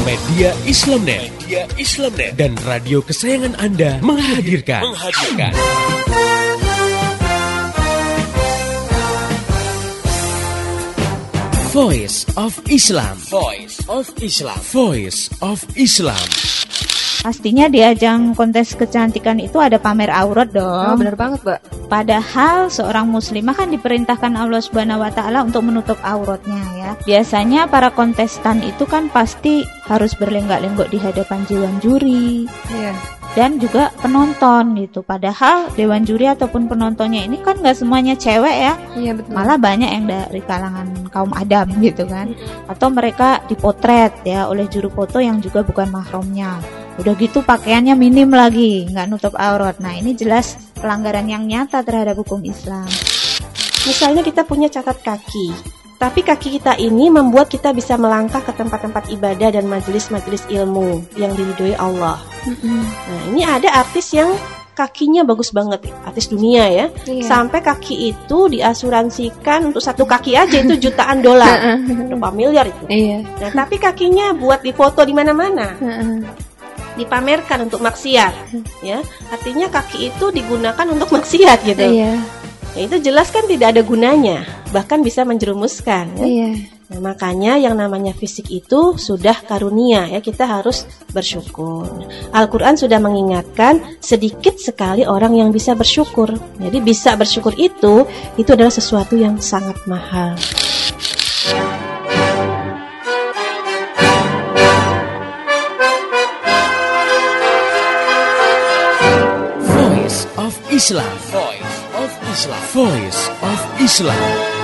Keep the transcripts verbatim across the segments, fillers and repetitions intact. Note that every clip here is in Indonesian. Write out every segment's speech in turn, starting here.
Media Islamnet, Media Islamnet dan radio kesayangan Anda menghadirkan, menghadirkan. Voice of Islam, Voice of Islam, Voice of Islam. Pastinya di ajang kontes kecantikan itu ada pamer aurat dong. Oh, benar banget, Mbak. Padahal seorang muslimah kan diperintahkan Allah Subhanahu wa taala untuk menutup auratnya ya. Biasanya para kontestan itu kan pasti harus berlenggak-lenggok di hadapan dewan juri. Iya. Dan juga penonton gitu. Padahal dewan juri ataupun penontonnya ini kan nggak semuanya cewek ya. Iya, betul. Malah banyak yang dari kalangan kaum Adam gitu kan. Atau mereka dipotret ya oleh juru foto yang juga bukan mahramnya. Udah gitu pakaiannya minim lagi, nggak nutup aurat. Nah ini jelas pelanggaran yang nyata terhadap hukum Islam. Misalnya kita punya catat kaki, tapi kaki kita ini membuat kita bisa melangkah ke tempat-tempat ibadah dan majelis-majelis ilmu yang diridhoi Allah. Mm-hmm. Nah ini ada artis yang kakinya bagus banget, artis dunia ya. Iya. Sampai kaki itu diasuransikan untuk satu kaki aja itu jutaan dolar, berapa miliar itu. Iya. Nah tapi kakinya buat difoto di mana-mana. Dipamerkan untuk maksiat, ya artinya kaki itu digunakan untuk maksiat gitu. Iya. Ya, itu jelas kan tidak ada gunanya, bahkan bisa menjerumuskan. Ya? Iya. Nah, makanya yang namanya fisik itu sudah karunia ya, kita harus bersyukur. Al-Quran sudah mengingatkan sedikit sekali orang yang bisa bersyukur. Jadi bisa bersyukur itu itu adalah sesuatu yang sangat mahal. Islam, Voice of Islam, Voice of Islam.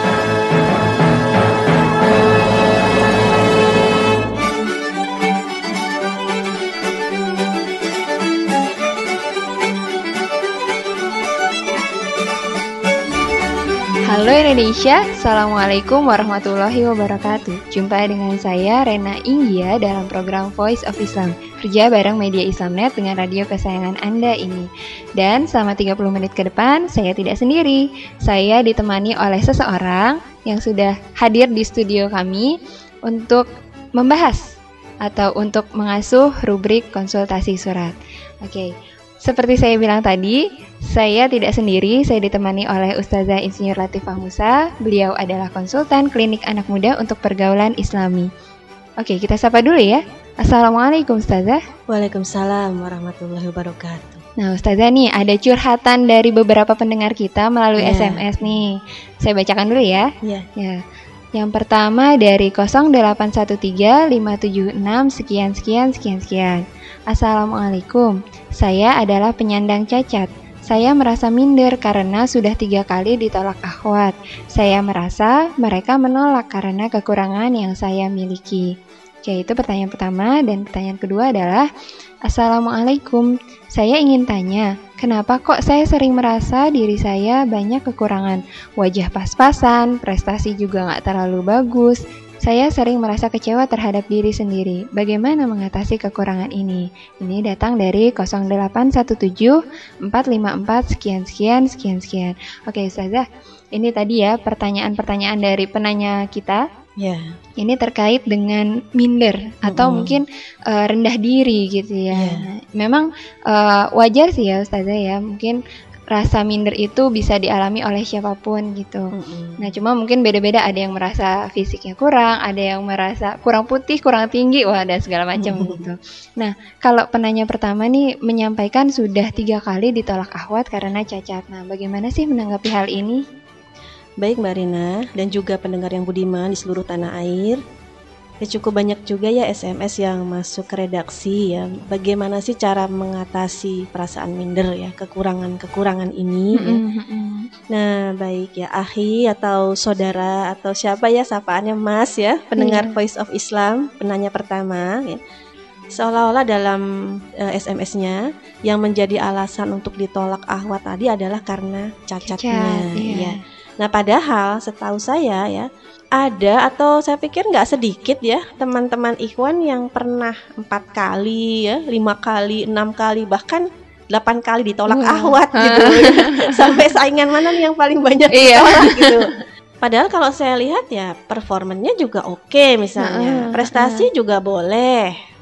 Halo Indonesia, Assalamualaikum warahmatullahi wabarakatuh. Jumpa dengan saya Rena Ingia dalam program Voice of Islam, kerja bareng Media Islamnet dengan radio kesayangan Anda ini. Dan selama tiga puluh menit ke depan, saya tidak sendiri. Saya ditemani oleh seseorang yang sudah hadir di studio kami untuk membahas atau untuk mengasuh rubrik konsultasi surat. Oke, seperti saya bilang tadi, saya tidak sendiri, saya ditemani oleh Ustazah Insinyur Latifah Musa. Beliau adalah konsultan klinik anak muda untuk pergaulan Islami. Oke, kita sapa dulu ya. Assalamualaikum Ustazah. Waalaikumsalam warahmatullahi wabarakatuh. Nah Ustazah nih, ada curhatan dari beberapa pendengar kita melalui ya. S M S nih. Saya bacakan dulu ya. Ya. Ya. Yang pertama dari nol delapan satu tiga lima tujuh enam sekian sekian sekian sekian. Assalamualaikum, saya adalah penyandang cacat. Saya merasa minder karena sudah tiga kali ditolak akhwat. Saya merasa mereka menolak karena kekurangan yang saya miliki. Oke, itu pertanyaan pertama. Dan pertanyaan kedua adalah, Assalamualaikum, saya ingin tanya, kenapa kok saya sering merasa diri saya banyak kekurangan? Wajah pas-pasan, prestasi juga gak terlalu bagus. Saya sering merasa kecewa terhadap diri sendiri. Bagaimana mengatasi kekurangan ini? Ini datang dari nol delapan satu tujuh empat lima empat sekian sekian sekian sekian. Oke Ustazah, ini tadi ya pertanyaan-pertanyaan dari penanya kita. Ya. Ini terkait dengan minder atau mm-hmm. mungkin uh, rendah diri gitu ya. Yeah. Memang uh, wajar sih ya Ustazah ya. Mungkin rasa minder itu bisa dialami oleh siapapun gitu. Mm-hmm. Nah, cuma mungkin beda-beda, ada yang merasa fisiknya kurang, ada yang merasa kurang putih, kurang tinggi, wah ada segala macam mm-hmm. gitu. Nah, kalau penanya pertama nih menyampaikan sudah tiga kali ditolak akhwat karena cacat. Nah, bagaimana sih menanggapi hal ini? Baik Mbak Rina dan juga pendengar yang budiman di seluruh tanah air. Ya, cukup banyak juga ya S M S yang masuk ke redaksi ya. Bagaimana sih cara mengatasi perasaan minder ya, kekurangan-kekurangan ini mm-hmm. ya. Nah baik ya, ahi atau saudara atau siapa ya sapaannya Mas ya, pendengar yeah. Voice of Islam, penanya pertama ya. Seolah-olah dalam uh, S M S-nya yang menjadi alasan untuk ditolak akhwat tadi adalah karena cacatnya. Cacat, iya. Ya. Nah padahal setahu saya ya, ada atau saya pikir nggak sedikit ya teman-teman ikhwan yang pernah empat kali ya, lima kali, enam kali, bahkan delapan kali ditolak uh. akhwat gitu. Sampai saingan mana nih yang paling banyak ditolak gitu. Padahal kalau saya lihat ya performanya juga oke misalnya, uh, prestasi uh. juga boleh.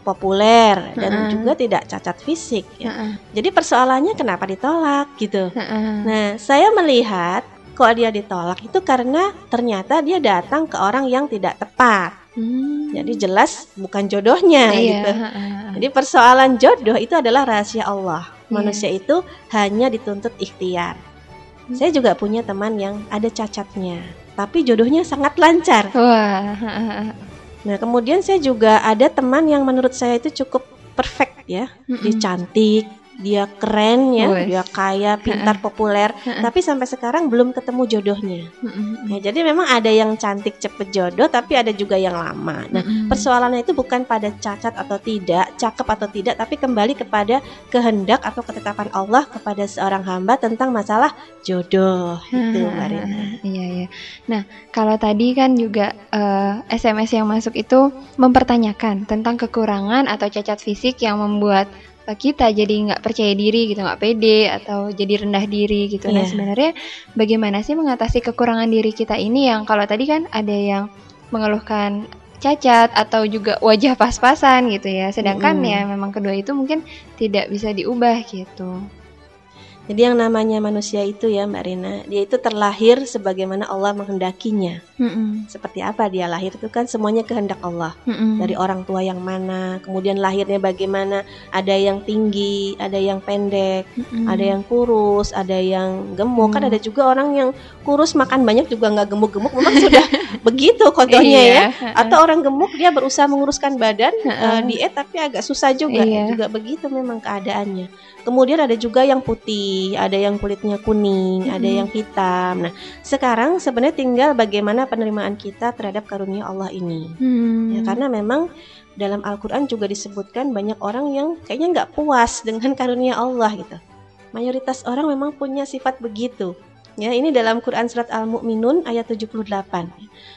populer dan Uh-uh. juga tidak cacat fisik ya. Uh-uh. Jadi persoalannya kenapa ditolak gitu. Uh-uh. Nah, saya melihat kok dia ditolak itu karena ternyata dia datang ke orang yang tidak tepat. Hmm. Jadi jelas bukan jodohnya Iya, gitu. uh-uh. Jadi persoalan jodoh itu adalah rahasia Allah. Iya. Manusia itu hanya dituntut ikhtiar. Hmm. Saya juga punya teman yang ada cacatnya, tapi jodohnya sangat lancar. Wah, uh-uh. Nah, kemudian saya juga ada teman yang menurut saya itu cukup perfect ya. Mm-mm. Dia cantik, dia keren ya, Wes. dia kaya, pintar, populer, Uh-uh. tapi sampai sekarang belum ketemu jodohnya. Mm-mm. Ya, jadi memang ada yang cantik cepet jodoh, tapi ada juga yang lama. Nah, Mm-mm. persoalannya itu bukan pada cacat atau tidak, cakep atau tidak, tapi kembali kepada kehendak atau ketetapan Allah kepada seorang hamba tentang masalah jodoh. Itu, Mbak Rina. Iya, iya. Nah, kalau tadi kan juga eh, S M S yang masuk itu mempertanyakan tentang kekurangan atau cacat fisik yang membuat eh, kita jadi nggak percaya diri gitu, nggak pede atau jadi rendah diri gitu. Nah, Iya. sebenarnya bagaimana sih mengatasi kekurangan diri kita ini yang kalau tadi kan ada yang mengeluhkan cacat atau juga wajah pas-pasan gitu ya. Sedangkan Mm-mm. ya memang kedua itu mungkin tidak bisa diubah gitu. Jadi yang namanya manusia itu ya Mbak Rina, dia itu terlahir sebagaimana Allah menghendakinya. Mm-mm. Seperti apa dia lahir itu kan semuanya kehendak Allah. Mm-mm. Dari orang tua yang mana, kemudian lahirnya bagaimana, ada yang tinggi, ada yang pendek, Mm-mm. ada yang kurus, ada yang gemuk. Kan Hmm. ada juga orang yang kurus makan banyak juga nggak gemuk-gemuk, memang sudah begitu kontonya Iya. ya. Atau orang gemuk dia berusaha menguruskan badan, Heeh. eh, diet tapi agak susah juga, Iya. juga begitu memang keadaannya. Kemudian ada juga yang putih, ada yang kulitnya kuning, ada Mm-mm. yang hitam. Nah, sekarang sebenarnya tinggal bagaimana penerimaan kita terhadap karunia Allah ini. Hmm. Ya, karena memang dalam Al-Quran juga disebutkan banyak orang yang kayaknya nggak puas dengan karunia Allah gitu. Mayoritas orang memang punya sifat begitu. Ya, ini dalam Quran surat Al-Mu'minun ayat tujuh puluh delapan.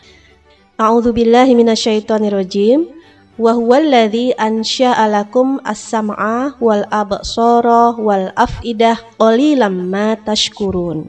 A'udzubillahi minasyaitonirrajim. Wa huwallazi ansya'a lakum as-sam'a wal absara wal af'idah qalilam ma tashkurun.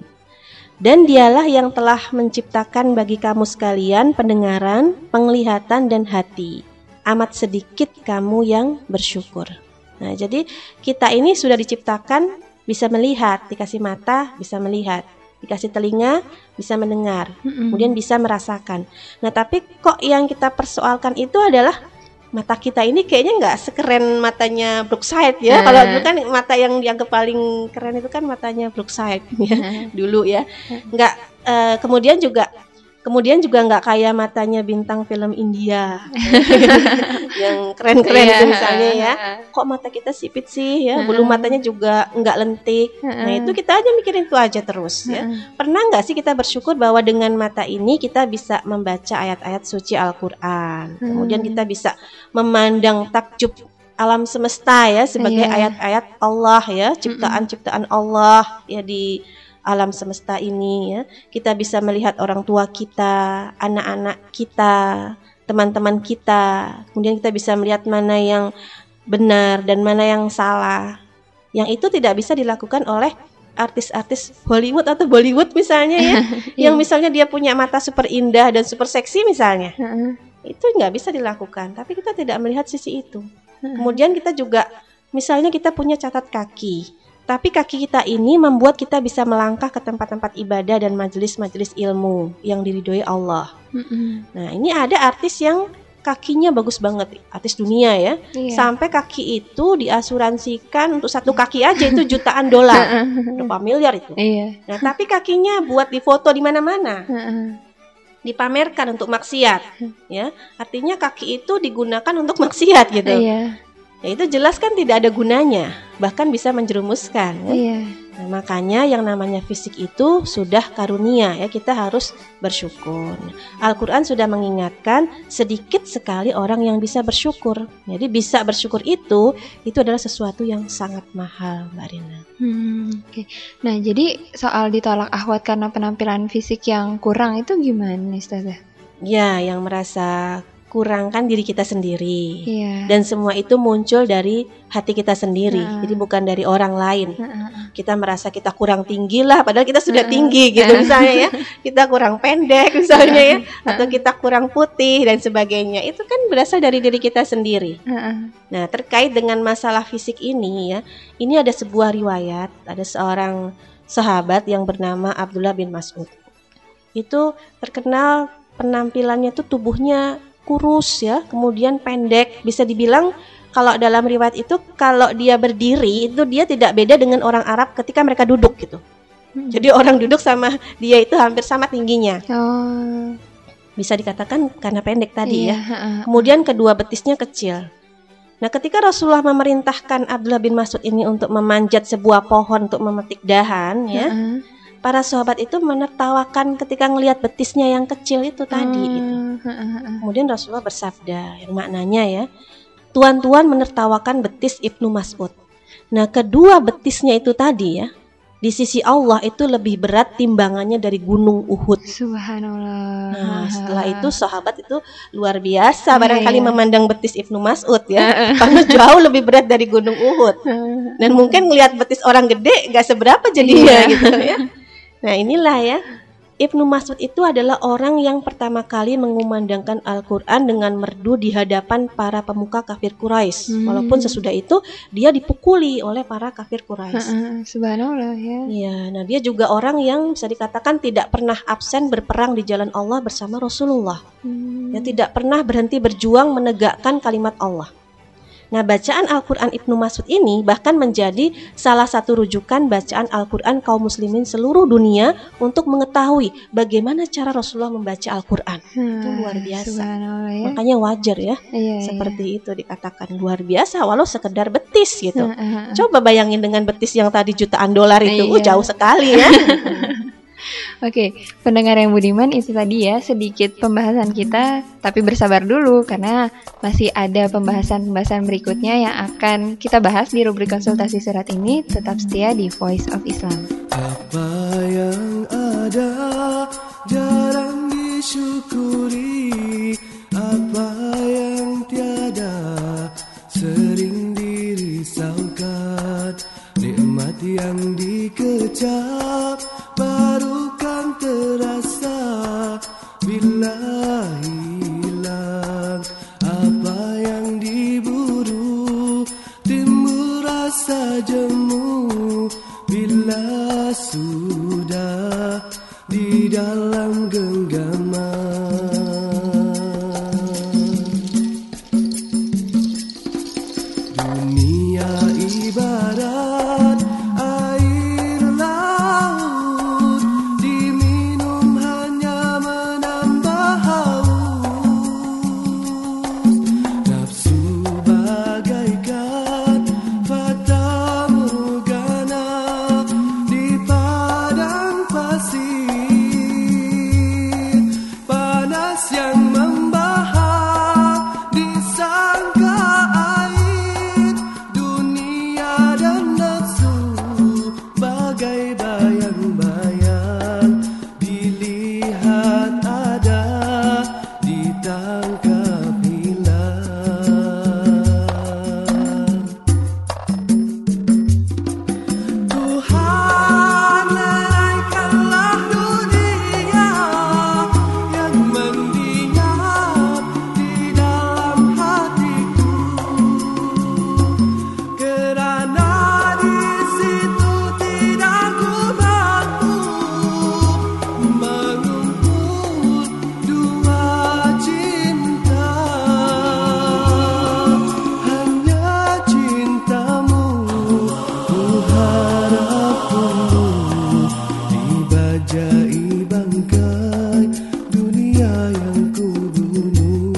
Dan dialah yang telah menciptakan bagi kamu sekalian pendengaran, penglihatan dan hati. Amat sedikit kamu yang bersyukur. Nah, jadi kita ini sudah diciptakan bisa melihat, dikasih mata bisa melihat, dikasih telinga bisa mendengar, Mm-mm. kemudian bisa merasakan. Nah, tapi kok yang kita persoalkan itu adalah mata kita ini kayaknya nggak sekeren matanya Brookside ya. Nah. Kalau dulu kan mata yang dianggap paling keren itu kan matanya Brookside ya dulu ya. Nggak eh, kemudian juga kemudian juga nggak kayak matanya bintang film India yang keren-keren Iya. itu misalnya ya. Kok mata kita sipit sih ya? Bulu matanya juga nggak lentik. Nah, itu kita aja mikirin itu aja terus ya. Pernah nggak sih kita bersyukur bahwa dengan mata ini kita bisa membaca ayat-ayat suci Al-Quran. Kemudian kita bisa memandang takjub alam semesta ya sebagai Iya. ayat-ayat Allah ya, ciptaan-ciptaan Allah ya di alam semesta ini ya. Kita bisa melihat orang tua kita, anak-anak kita, teman-teman kita. Kemudian kita bisa melihat mana yang benar dan mana yang salah. Yang itu tidak bisa dilakukan oleh artis-artis Hollywood atau Bollywood misalnya ya. Yang misalnya dia punya mata super indah dan super seksi misalnya. Heeh. Itu nggak bisa dilakukan, tapi kita tidak melihat sisi itu. Kemudian kita juga misalnya kita punya catat kaki, tapi kaki kita ini membuat kita bisa melangkah ke tempat-tempat ibadah dan majelis-majelis ilmu yang diridhoi Allah. Mm-mm. Nah, ini ada artis yang kakinya bagus banget, artis dunia ya. Iya. Sampai kaki itu diasuransikan untuk satu kaki aja itu jutaan dolar, berapa miliar itu. Iya. Nah, tapi kakinya buat difoto di mana-mana, Heeh. dipamerkan untuk maksiat, ya. Artinya kaki itu digunakan untuk maksiat gitu. Iya. Ya, itu jelas kan tidak ada gunanya, bahkan bisa menjerumuskan. Ya. Iya. Nah, makanya yang namanya fisik itu sudah karunia ya, kita harus bersyukur. Al-Quran sudah mengingatkan sedikit sekali orang yang bisa bersyukur. Jadi bisa bersyukur itu, itu adalah sesuatu yang sangat mahal, Mbak Rina. Hmm, oke. Nah, jadi soal ditolak akhwat karena penampilan fisik yang kurang itu gimana nih, Ustazah? Ya, yang merasa kurangkan diri kita sendiri. Iya. Dan semua itu muncul dari hati kita sendiri. Nah. Jadi bukan dari orang lain. Nah. Kita merasa kita kurang tinggi lah, padahal kita sudah Nah. tinggi gitu misalnya ya. Kita kurang pendek misalnya ya, atau kita kurang putih dan sebagainya. Itu kan berasal dari diri kita sendiri. Nah. Nah, terkait dengan masalah fisik ini ya, ini ada sebuah riwayat, ada seorang sahabat yang bernama Abdullah bin Mas'ud. Itu terkenal penampilannya tuh tubuhnya kurus ya, kemudian pendek. Bisa dibilang kalau dalam riwayat itu kalau dia berdiri itu dia tidak beda dengan orang Arab ketika mereka duduk gitu. Hmm. Jadi orang duduk sama dia itu hampir sama tingginya. Oh. Bisa dikatakan karena pendek tadi Iya. ya. Kemudian kedua betisnya kecil. Nah, ketika Rasulullah memerintahkan Abdullah bin Mas'ud ini untuk memanjat sebuah pohon untuk memetik dahan ya. Uh-huh. Para sahabat itu menertawakan ketika ngelihat betisnya yang kecil itu tadi hmm. gitu. Kemudian Rasulullah bersabda yang maknanya ya, tuan-tuan menertawakan betis Ibnu Mas'ud. Nah, kedua betisnya itu tadi ya, di sisi Allah itu lebih berat timbangannya dari gunung Uhud. Subhanallah. Nah, setelah itu sahabat itu luar biasa barangkali yeah, yeah. memandang betis Ibnu Mas'ud ya, karena jauh lebih berat dari gunung Uhud. Dan mungkin ngelihat betis orang gede gak seberapa jadinya yeah. gitu ya. Nah, inilah ya, Ibnu Mas'ud itu adalah orang yang pertama kali mengumandangkan Al-Quran dengan merdu di hadapan para pemuka kafir Quraisy. Hmm. Walaupun sesudah itu dia dipukuli oleh para kafir Quraisy. Uh-uh, subhanallah ya. Iya, nah dia juga orang yang bisa dikatakan tidak pernah absen berperang di jalan Allah bersama Rasulullah. Hmm. Dia tidak pernah berhenti berjuang menegakkan kalimat Allah. Nah, bacaan Al-Quran Ibnu Mas'ud ini bahkan menjadi salah satu rujukan bacaan Al-Quran kaum muslimin seluruh dunia untuk mengetahui bagaimana cara Rasulullah membaca Al-Quran. Hmm, itu luar biasa. Ya. Makanya wajar ya, iya, seperti iya. itu dikatakan luar biasa walau sekedar betis gitu. Hmm, hmm, Coba bayangin dengan betis yang tadi jutaan dolar itu, iya. uh, jauh sekali ya. Oke, pendengar yang budiman, itu tadi ya sedikit pembahasan kita, tapi bersabar dulu karena masih ada pembahasan-pembahasan berikutnya yang akan kita bahas di rubrik konsultasi surat ini. Tetap setia di Voice of Islam. Apa yang ada jarang disyukuri, apa yang tiada sering dirisaukan, nikmat yang dikecap baru kan terasa bila hilang. Apa yang diburu timbul rasa jemu bila sudah di dalam genggaman. Dunia ibarat air laut, diminum hanya menambah haus. Nafsu bagaikan fata morgana di padang pasir, panas yang membahak disangka air. Dunia dan nafsu bagai bayang-bayang, dilihat ada, ditangkap hilang. Tuhan, lalaikanlah dunia yang mendiam di dalam hatiku, kerana di situ tidak ku mampu mengumpul dua cinta, hanya cintamu ku harap tumbuh dibajai bangkai dunia yang ku bunuh.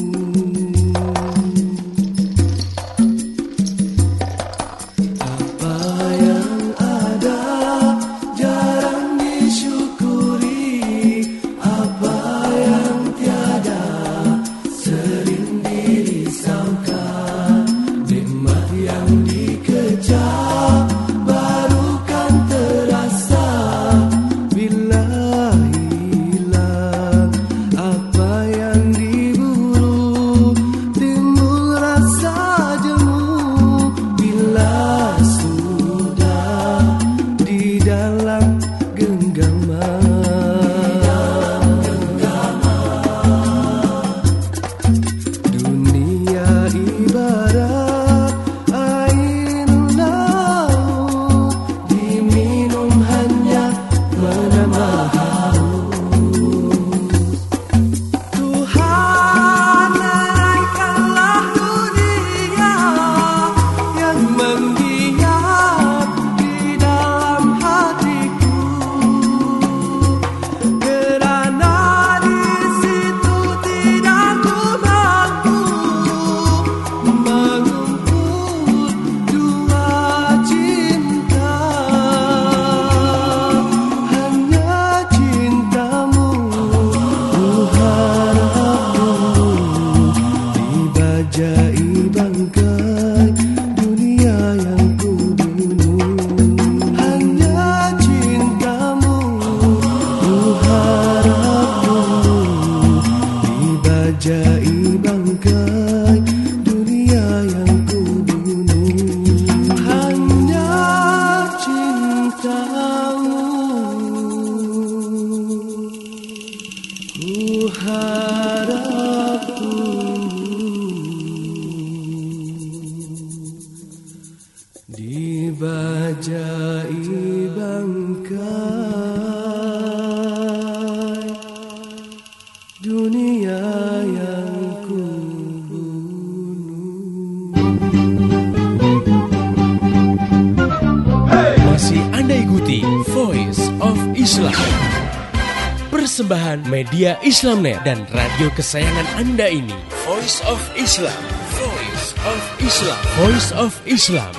Apa yang ada jarang disyukuri, apa yang tiada sering dirisaukan, nikmat yang dikejar baru kan terasa bila hilang. Apa yang diburu persembahan media Islamnet dan radio kesayangan Anda ini, Voice of Islam. Voice of Islam. Voice of Islam.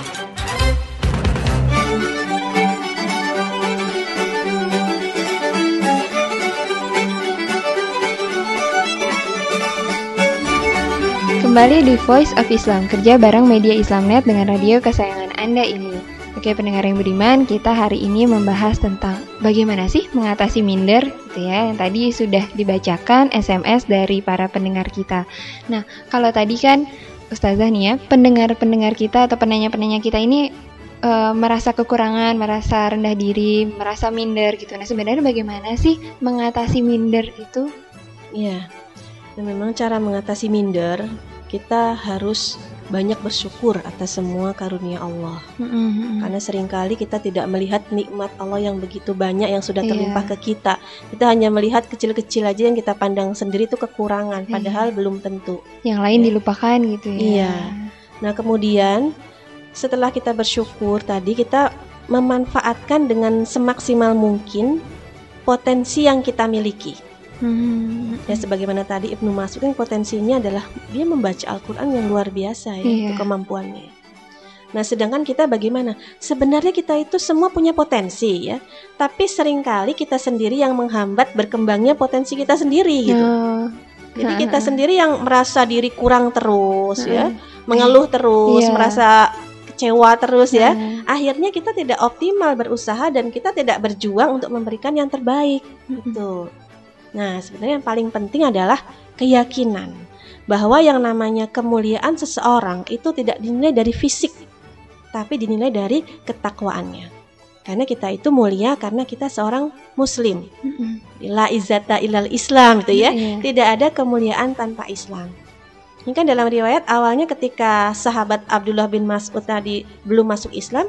Kembali di Voice of Islam, kerja bareng media Islamnet dengan radio kesayangan Anda ini. Oke pendengar yang beriman, kita hari ini membahas tentang bagaimana sih mengatasi minder, gitu ya. Yang tadi sudah dibacakan S M S dari para pendengar kita. Nah, kalau tadi kan Ustazah nih ya, pendengar-pendengar kita atau penanya-penanya kita ini e, merasa kekurangan, merasa rendah diri, merasa minder gitu. Nah, sebenarnya bagaimana sih mengatasi minder itu? Iya, dan memang cara mengatasi minder, kita harus banyak bersyukur atas semua karunia Allah. Mm-hmm. Karena seringkali kita tidak melihat nikmat Allah yang begitu banyak yang sudah terlimpah yeah. ke kita. Kita hanya melihat kecil-kecil aja yang kita pandang sendiri itu kekurangan, yeah. padahal belum tentu. Yang lain yeah. dilupakan gitu ya. Iya. Nah kemudian setelah kita bersyukur tadi, kita memanfaatkan dengan semaksimal mungkin potensi yang kita miliki. Hmm. Ya sebagaimana tadi Ibnu Mas'ud kan potensinya adalah dia membaca Al-Quran yang luar biasa ya, yeah. itu kemampuannya. Nah sedangkan kita bagaimana? Sebenarnya kita itu semua punya potensi ya, tapi seringkali kita sendiri yang menghambat berkembangnya potensi kita sendiri gitu. Oh. Jadi kita sendiri yang merasa diri kurang terus ya, mengeluh terus, yeah. merasa kecewa terus ya. Hmm. Akhirnya kita tidak optimal berusaha dan kita tidak berjuang untuk memberikan yang terbaik gitu. Nah, sebenarnya yang paling penting adalah keyakinan bahwa yang namanya kemuliaan seseorang itu tidak dinilai dari fisik, tapi dinilai dari ketakwaannya. Karena kita itu mulia karena kita seorang muslim. Mm-hmm. La izzata illal Islam itu ya. Mm-hmm. Tidak ada kemuliaan tanpa Islam. Ini kan dalam riwayat awalnya ketika sahabat Abdullah bin Mas'ud tadi belum masuk Islam,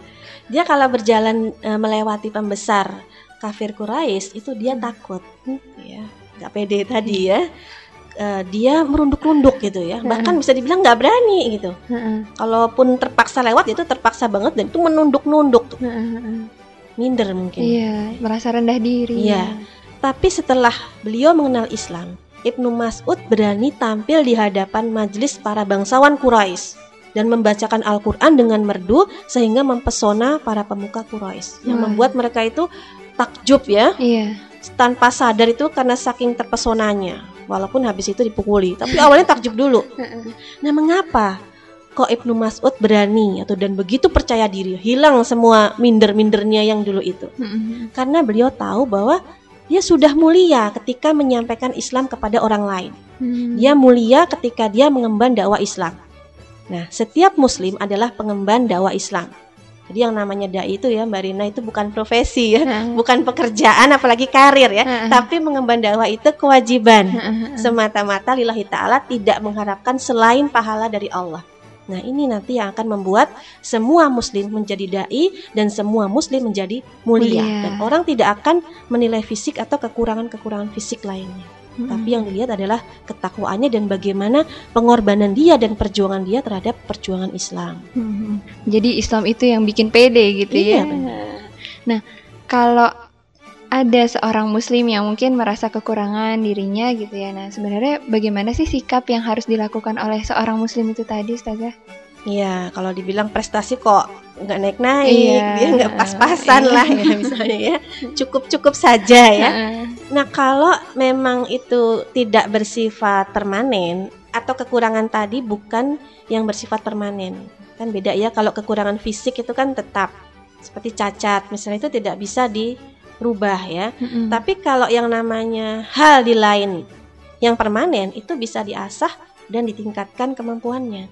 dia kalau berjalan e, melewati pembesar kafir Quraisy itu dia takut, hmm, ya nggak pede tadi ya, uh, dia merunduk-runduk gitu ya, bahkan bisa dibilang nggak berani gitu. Kalaupun terpaksa lewat itu terpaksa banget dan itu menunduk-nunduk, tuh. minder mungkin. Iya, merasa rendah diri. Iya. Tapi setelah beliau mengenal Islam, Ibnu Mas'ud berani tampil di hadapan majelis para bangsawan Quraisy dan membacakan Al-Quran dengan merdu sehingga mempesona para pemuka Quraisy, yang membuat mereka itu takjub ya, iya. tanpa sadar itu karena saking terpesonanya, walaupun habis itu dipukuli, tapi awalnya takjub dulu. Nah mengapa kok Ibnu Mas'ud berani atau dan begitu percaya diri, hilang semua minder-mindernya yang dulu itu? Karena beliau tahu bahwa dia sudah mulia ketika menyampaikan Islam kepada orang lain. Dia mulia ketika dia mengemban dakwah Islam. Nah setiap muslim adalah pengemban dakwah Islam. Jadi yang namanya dai itu ya Mbak Rina itu bukan profesi ya, uh. bukan pekerjaan apalagi karir ya, uh. tapi mengemban dakwah itu kewajiban, uh. semata-mata lillahi ta'ala, tidak mengharapkan selain pahala dari Allah. Nah ini nanti yang akan membuat semua muslim menjadi dai dan semua muslim menjadi mulia, mulia. Dan orang tidak akan menilai fisik atau kekurangan-kekurangan fisik lainnya. Hmm. Tapi yang dilihat adalah ketakwaannya dan bagaimana pengorbanan dia dan perjuangan dia terhadap perjuangan Islam. Hmm. Jadi Islam itu yang bikin pede gitu iya, ya. Benar. Nah, kalau ada seorang muslim yang mungkin merasa kekurangan dirinya gitu ya. Nah, sebenarnya bagaimana sih sikap yang harus dilakukan oleh seorang muslim itu tadi, Ustazah? Iya, kalau dibilang prestasi kok nggak naik-naik, iya, dia nggak pas-pasan iya. lah ya misalnya ya, cukup-cukup saja ya. Nah kalau memang itu tidak bersifat permanen atau kekurangan tadi bukan yang bersifat permanen, kan beda ya. Kalau kekurangan fisik itu kan tetap seperti cacat misalnya, itu tidak bisa dirubah ya. Mm-hmm. Tapi kalau yang namanya hal di lain yang permanen itu bisa diasah dan ditingkatkan kemampuannya.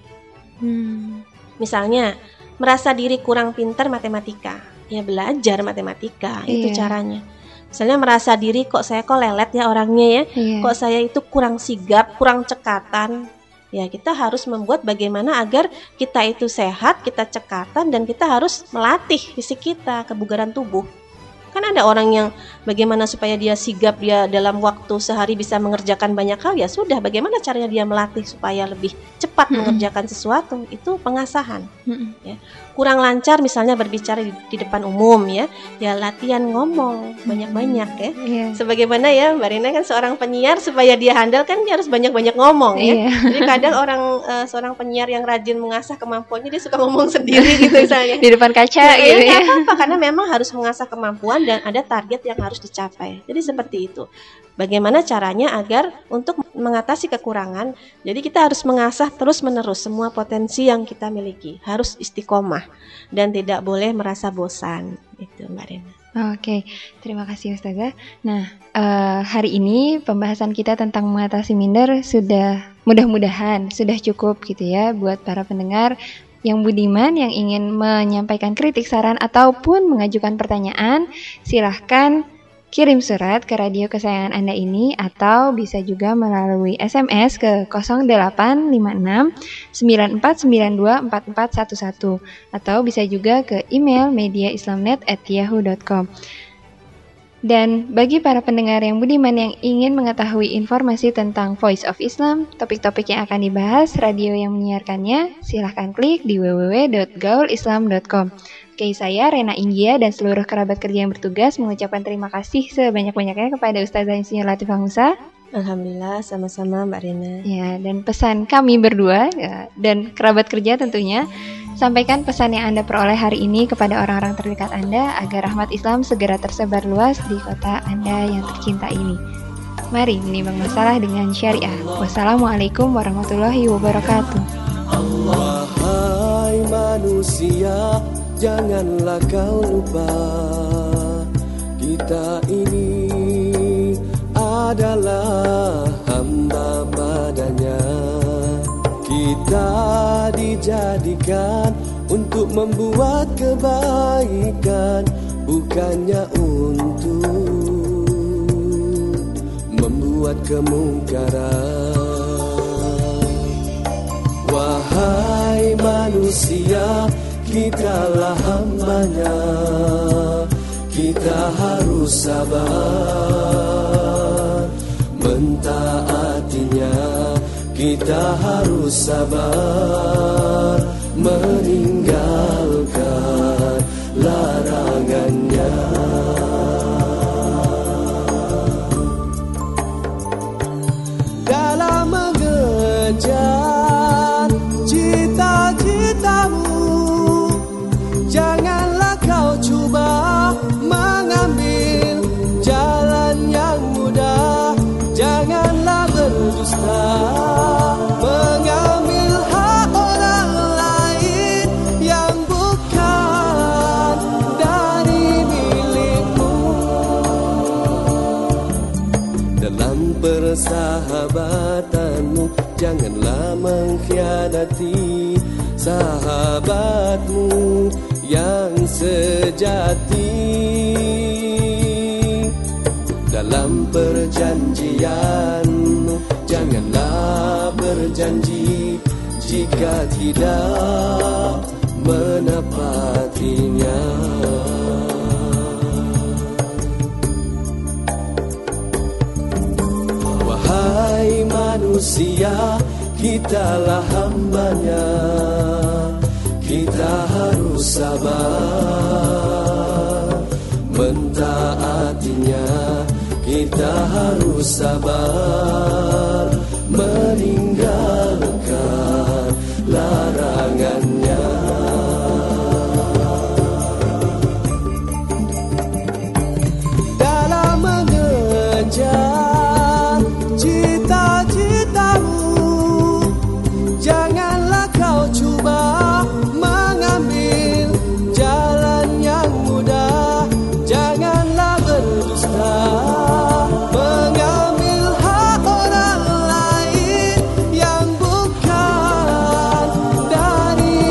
Hmm. Misalnya merasa diri kurang pintar matematika, ya belajar matematika, iya. itu caranya. Misalnya merasa diri kok saya kok lelet ya orangnya ya, iya. kok saya itu kurang sigap, kurang cekatan. Ya kita harus membuat bagaimana agar kita itu sehat, kita cekatan, dan kita harus melatih fisik kita, kebugaran tubuh. Kan ada orang yang bagaimana supaya dia sigap, dia dalam waktu sehari bisa mengerjakan banyak hal, ya sudah, bagaimana caranya dia melatih supaya lebih cepat hmm. mengerjakan sesuatu, itu pengasahan. Hmm. Ya. Kurang lancar misalnya berbicara di, di depan umum, ya, ya latihan ngomong banyak-banyak, ya. Yeah. Sebagaimana ya Mbak Rina kan seorang penyiar, supaya dia handal kan dia harus banyak-banyak ngomong, ya. Yeah. Jadi kadang orang uh, seorang penyiar yang rajin mengasah kemampuannya, dia suka ngomong sendiri gitu misalnya di depan kaca, ya, gitu ya. Ya. Apa-apa, karena memang harus mengasah kemampuan dan ada target yang harus dicapai. Jadi seperti itu. Bagaimana caranya agar untuk mengatasi kekurangan? Jadi kita harus mengasah terus-menerus semua potensi yang kita miliki. Harus istiqomah dan tidak boleh merasa bosan. Itu Mbak Rina. Oke, terima kasih Ustazah. Nah, uh, hari ini pembahasan kita tentang mengatasi minder sudah mudah-mudahan sudah cukup gitu ya buat para pendengar yang budiman yang ingin menyampaikan kritik, saran ataupun mengajukan pertanyaan. Silahkan kirim surat ke radio kesayangan Anda ini atau bisa juga melalui S M S ke nol delapan lima enam sembilan empat sembilan dua empat empat satu satu atau bisa juga ke email mediaislamnet at yahoo dot com. Dan bagi para pendengar yang budiman yang ingin mengetahui informasi tentang Voice of Islam, topik-topik yang akan dibahas, radio yang menyiarkannya, silahkan klik di w w w dot gaul islam dot com. Oke, saya Rena Ingia dan seluruh kerabat kerja yang bertugas mengucapkan terima kasih sebanyak-banyaknya kepada Ustazah Insinyur Latifah Musa. Alhamdulillah, sama-sama Mbak Rina. Ya, dan pesan kami berdua ya, dan kerabat kerja tentunya, sampaikan pesan yang Anda peroleh hari ini kepada orang-orang terdekat Anda agar rahmat Islam segera tersebar luas di kota Anda yang tercinta ini. Mari menimbang masalah dengan syariah. Wassalamualaikum warahmatullahi wabarakatuh. Wahai manusia, janganlah kau lupa, kita ini adalah hamba padanya. Kita dijadikan untuk membuat kebaikan, bukannya untuk membuat kemungkaran. Wahai manusia, kitalah hambanya, kita harus sabar mentaatinya, kita harus sabar meninggalkan larangannya. Dalam mengejar cita-citamu, janganlah kau cuba mengambil jalan yang mudah. Janganlah berdusta, mengambil hak orang lain yang bukan dari milikmu. Dalam persahabatanmu, janganlah mengkhianati sahabatmu yang sejati. Dalam perjanjianmu, janganlah berjanji jika tidak menepatinya. Wahai manusia, kitalah hambanya, kita harus sabar mentaatinya, kita harus sabar meninggalkan larangannya. Dalam mengejar cita-citamu, janganlah kau cuba mengambil jalan yang mudah. Janganlah berdusta, mengambil hak orang lain yang bukan dari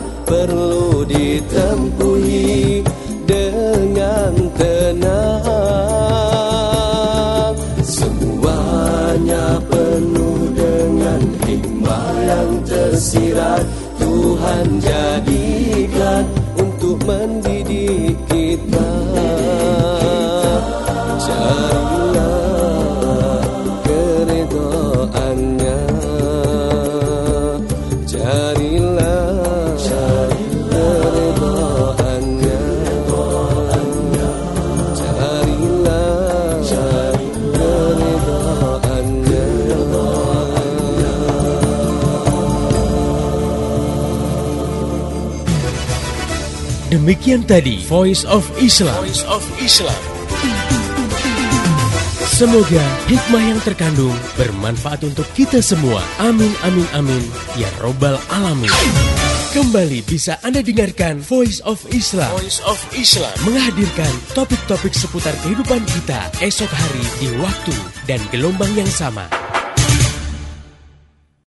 perlu ditempuhi dengan tenang. Semuanya penuh dengan hikmah yang tersirat. Tuhan jadikan untuk mendidik kita. Carilah keredoannya, carilah keredoannya, carilah keredoannya. Demikian tadi Voice of Islam. Voice of Islam. Semoga hikmah yang terkandung bermanfaat untuk kita semua. Amin, amin, amin. Ya Robbal Alamin. Kembali bisa Anda dengarkan Voice of Islam. Voice of Islam menghadirkan topik-topik seputar kehidupan kita esok hari di waktu dan gelombang yang sama.